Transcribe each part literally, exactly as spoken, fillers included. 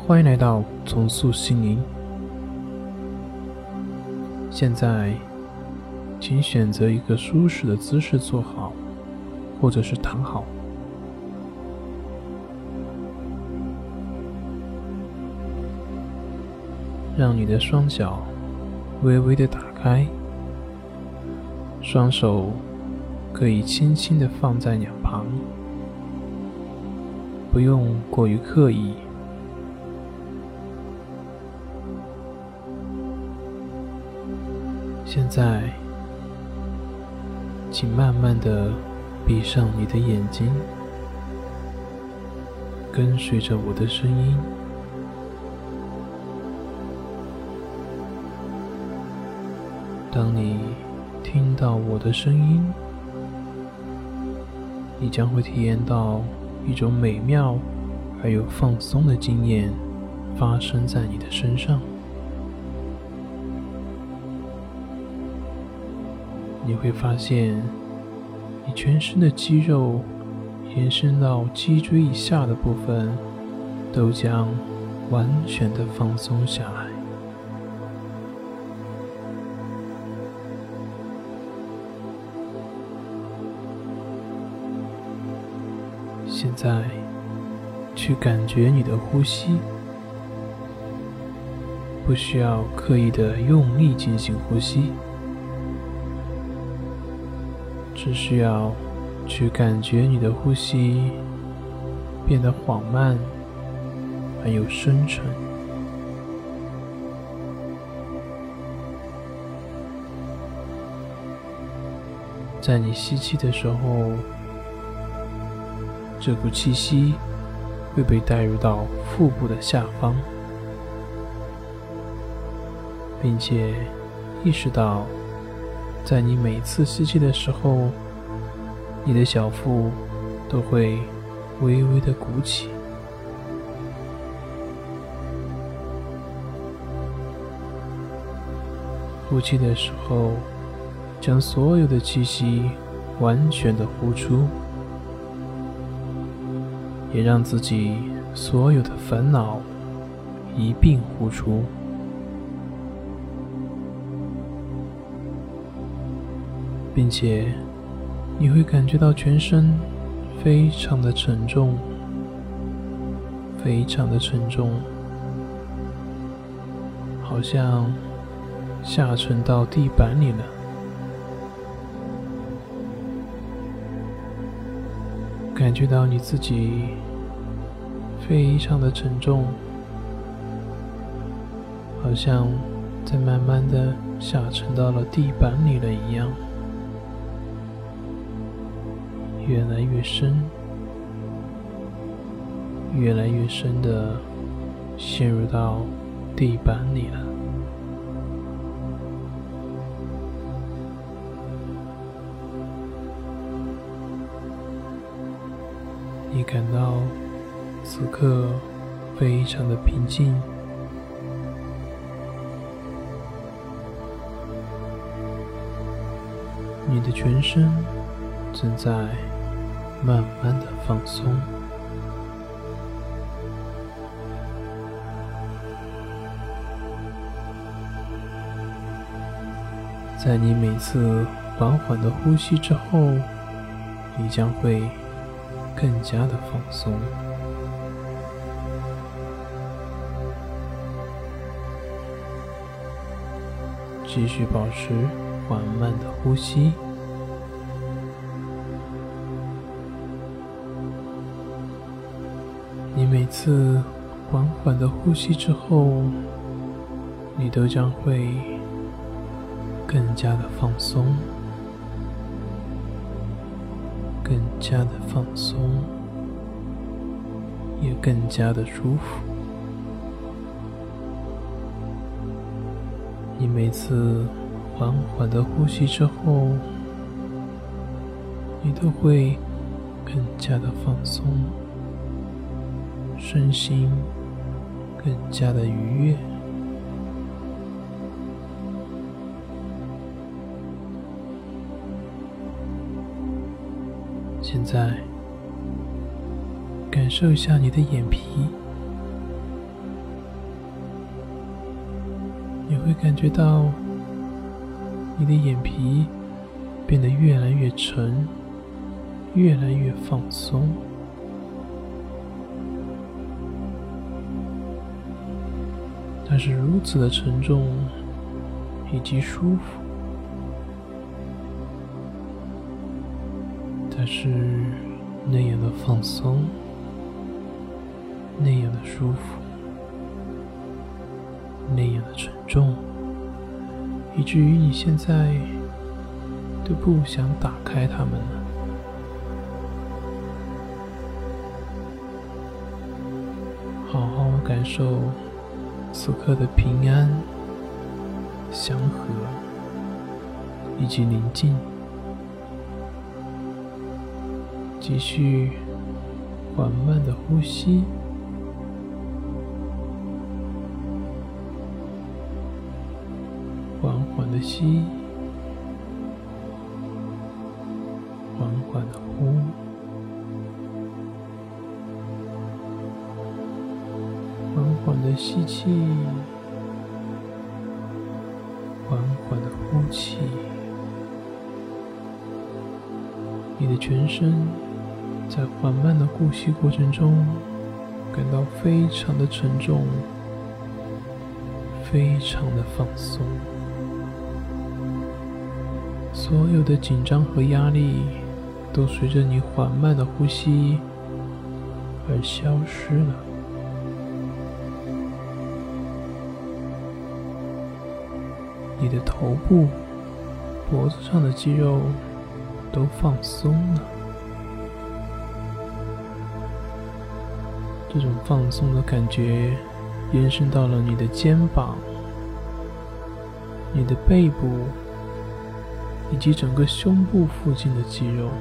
欢迎来到重塑心灵。现在，请选择一个舒适的姿势坐好，或者是躺好。让你的双脚微微的打开，双手可以轻轻的放在两旁，不用过于刻意。现在，请慢慢的闭上你的眼睛，跟随着我的声音。当你听到我的声音，你将会体验到一种美妙还有放松的经验发生在你的身上。你会发现，你全身的肌肉延伸到脊椎以下的部分，都将完全的放松下来。现在，去感觉你的呼吸，不需要刻意的用力进行呼吸。只需要去感觉你的呼吸变得缓慢，还有深沉。在你吸气的时候，这股气息会被带入到腹部的下方，并且意识到在你每次吸气的时候，你的小腹都会微微的鼓起。呼气的时候，将所有的气息完全的呼出，也让自己所有的烦恼一并呼出。并且你会感觉到全身非常的沉重，非常的沉重，好像下沉到地板里了。感觉到你自己非常的沉重，好像在慢慢的下沉到了地板里了一样。越来越深，越来越深的陷入到地板里了。你感到此刻非常的平静，你的全身正在慢慢的放松。在你每次缓缓的呼吸之后，你将会更加的放松。继续保持缓慢的呼吸。你每次缓缓的呼吸之后，你都将会更加的放松，更加的放松，也更加的舒服。你每次缓缓的呼吸之后，你都会更加的放松，身心更加的愉悦。现在，感受一下你的眼皮， 会感觉到你的眼皮变得越来越沉，越来越放松。它是如此的沉重以及舒服，它是那样的放松，那样的舒服，那样的沉重，以至于你现在都不想打开它们了。好好感受此刻的平安、祥和以及宁静，继续缓慢的呼吸，缓缓的吸，缓缓的呼，缓缓的吸气，缓缓的呼气。你的全身在缓慢的呼吸过程中感到非常的沉重，非常的放松。所有的紧张和压力都随着你缓慢的呼吸而消失了。你的头部、脖子上的肌肉都放松了。这种放松的感觉延伸到了你的肩膀、你的背部以及整个胸部附近的肌肉。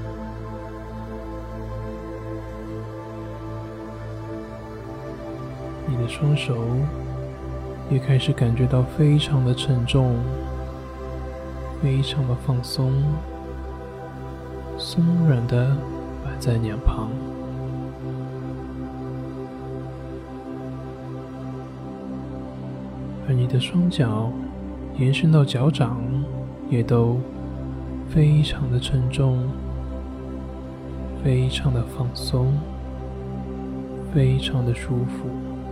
你的双手也开始感觉到非常的沉重，非常的放松，松软的摆在两旁。而你的双脚延伸到脚掌也都非常的沉重，非常的放松，非常的舒服。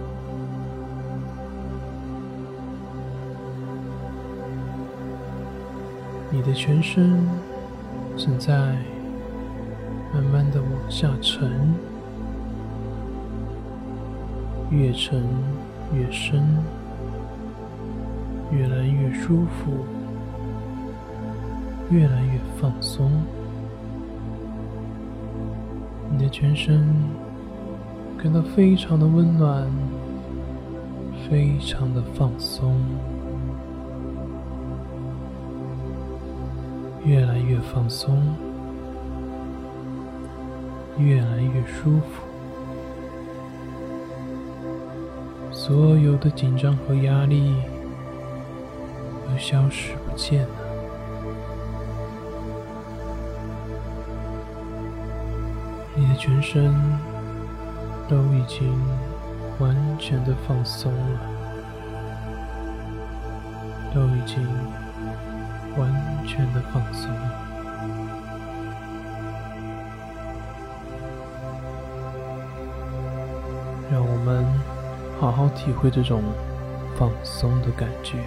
你的全身正在慢慢的往下沉，越沉越深，越来越舒服，越来越放松。你的全身感到非常的温暖，非常的放松，越来越放松，越来越舒服。所有的紧张和压力都消失不见了。你的全身都已经完全的放松了，都已经完全的放松了。让我们好好体会这种放松的感觉。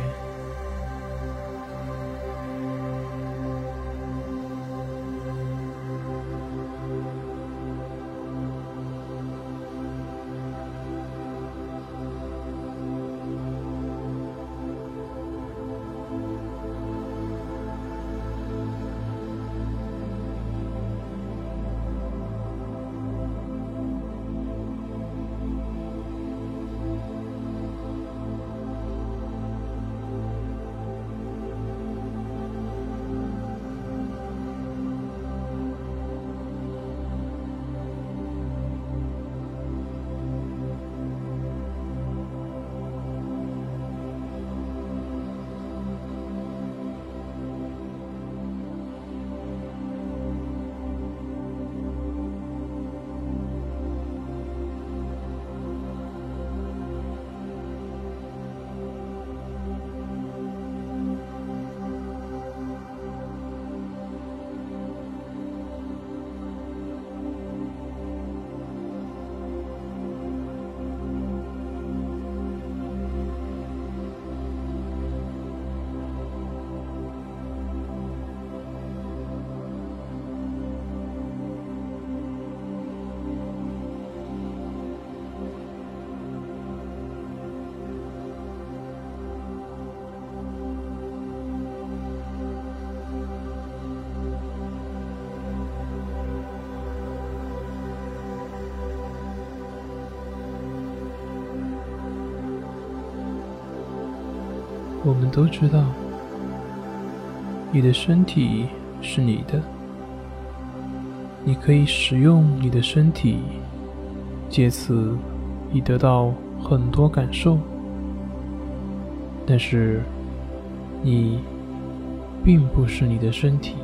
我们都知道，你的身体是你的，你可以使用你的身体，借此以得到很多感受。但是，你并不是你的身体，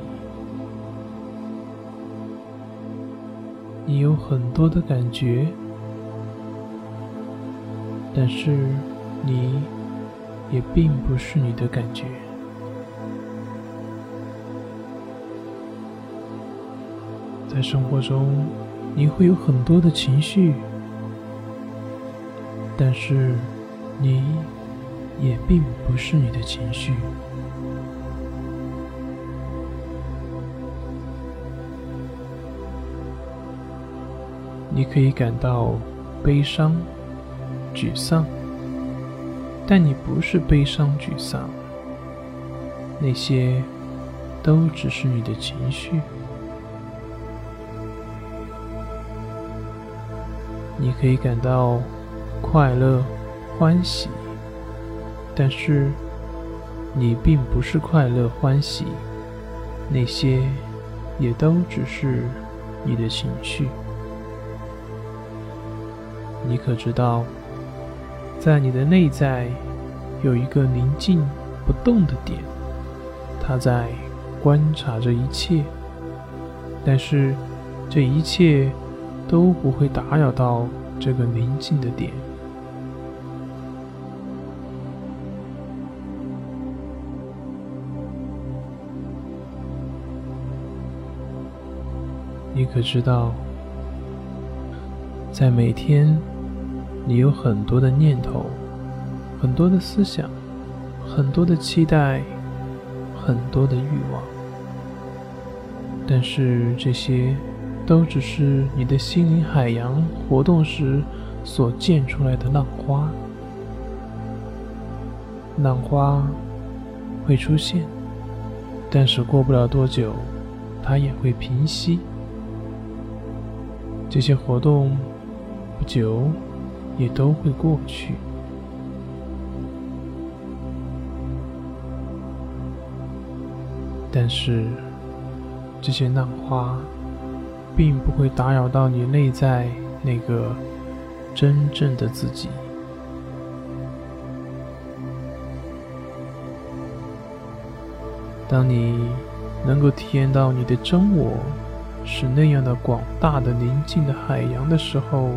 你有很多的感觉，但是你也并不是你的感觉。在生活中，你会有很多的情绪，但是你也并不是你的情绪。你可以感到悲伤、沮丧，但你不是悲伤、沮丧，那些都只是你的情绪。你可以感到快乐、欢喜，但是你并不是快乐、欢喜，那些也都只是你的情绪。你可知道，在你的内在有一个宁静不动的点，它在观察着一切，但是这一切都不会打扰到这个宁静的点。你可知道，在每天你有很多的念头，很多的思想，很多的期待，很多的欲望，但是这些都只是你的心灵海洋活动时所溅出来的浪花。浪花会出现，但是过不了多久，它也会平息。这些活动不久也都会过去。但是这些浪花并不会打扰到你内在那个真正的自己。当你能够体验到你的真我是那样的广大的宁静的海洋的时候，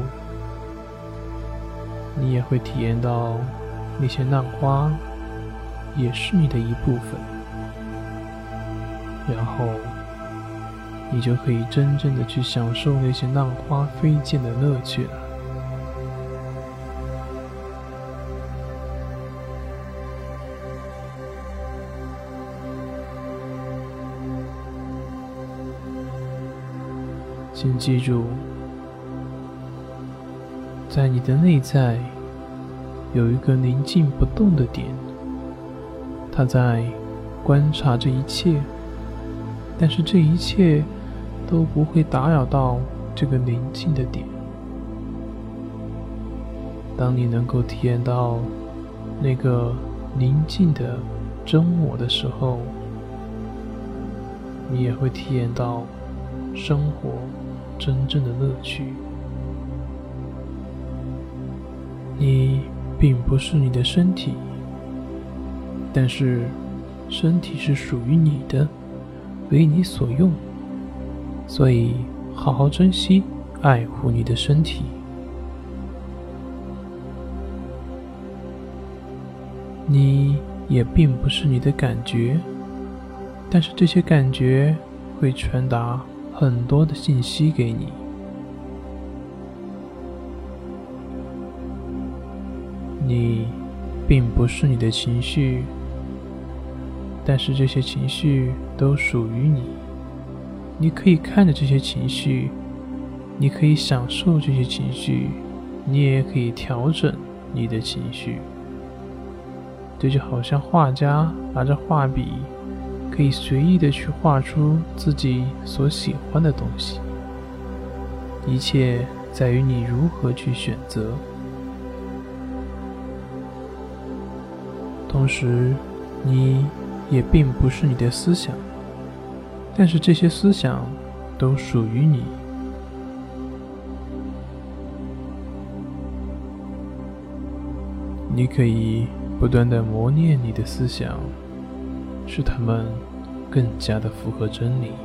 你也会体验到那些浪花也是你的一部分，然后你就可以真正的去享受那些浪花飞溅的乐趣了。请记住，在你的内在有一个宁静不动的点，它在观察这一切，但是这一切都不会打扰到这个宁静的点。当你能够体验到那个宁静的真我的时候，你也会体验到生活真正的乐趣。你并不是你的身体，但是身体是属于你的，为你所用，所以好好珍惜、爱护你的身体。你也并不是你的感觉，但是这些感觉会传达很多的信息给你。你并不是你的情绪，但是这些情绪都属于你。你可以看着这些情绪，你可以享受这些情绪，你也可以调整你的情绪。这就好像画家拿着画笔，可以随意的去画出自己所喜欢的东西。一切在于你如何去选择。 同时，你也并不是你的思想，但是这些思想都属于你。你可以不断地磨练你的思想，使它们更加的符合真理。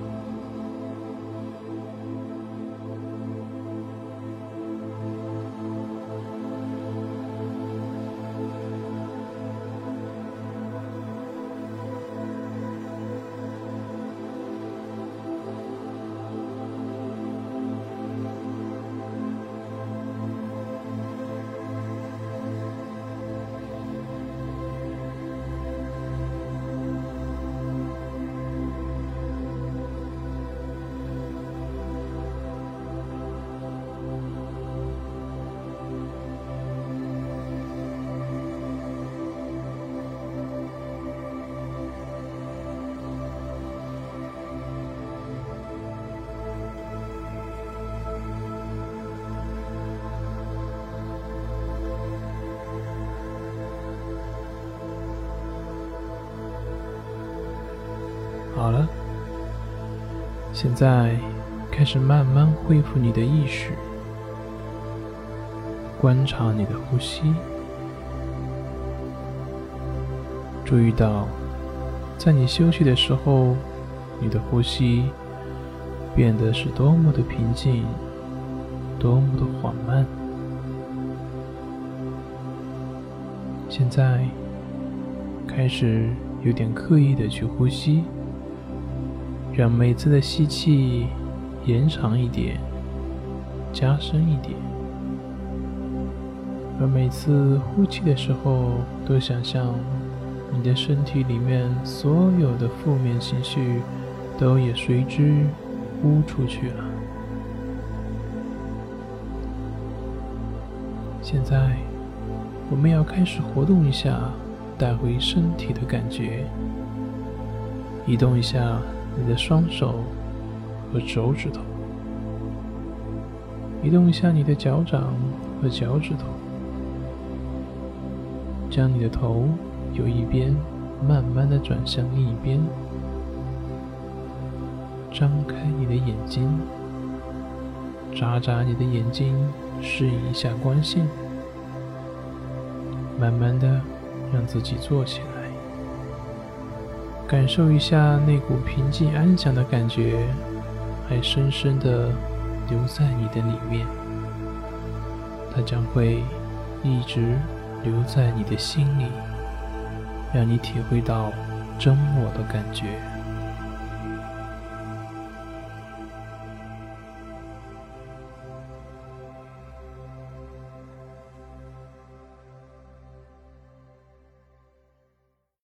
好了，现在开始慢慢恢复你的意识，观察你的呼吸，注意到在你休息的时候，你的呼吸变得是多么的平静，多么的缓慢。现在开始有点刻意的去呼吸，让每次的吸气延长一点，加深一点，而每次呼气的时候，都想象你的身体里面所有的负面情绪都也随之呼出去了。现在我们要开始活动一下带回身体的感觉，移动一下你的双手和手指头，移动一下你的脚掌和脚趾头，将你的头由一边慢慢的转向另一边，张开你的眼睛，眨眨你的眼睛，适应一下光线，慢慢的让自己坐起来，感受一下那股平静安详的感觉，还深深的留在你的里面，它将会一直留在你的心里，让你体会到真我的感觉。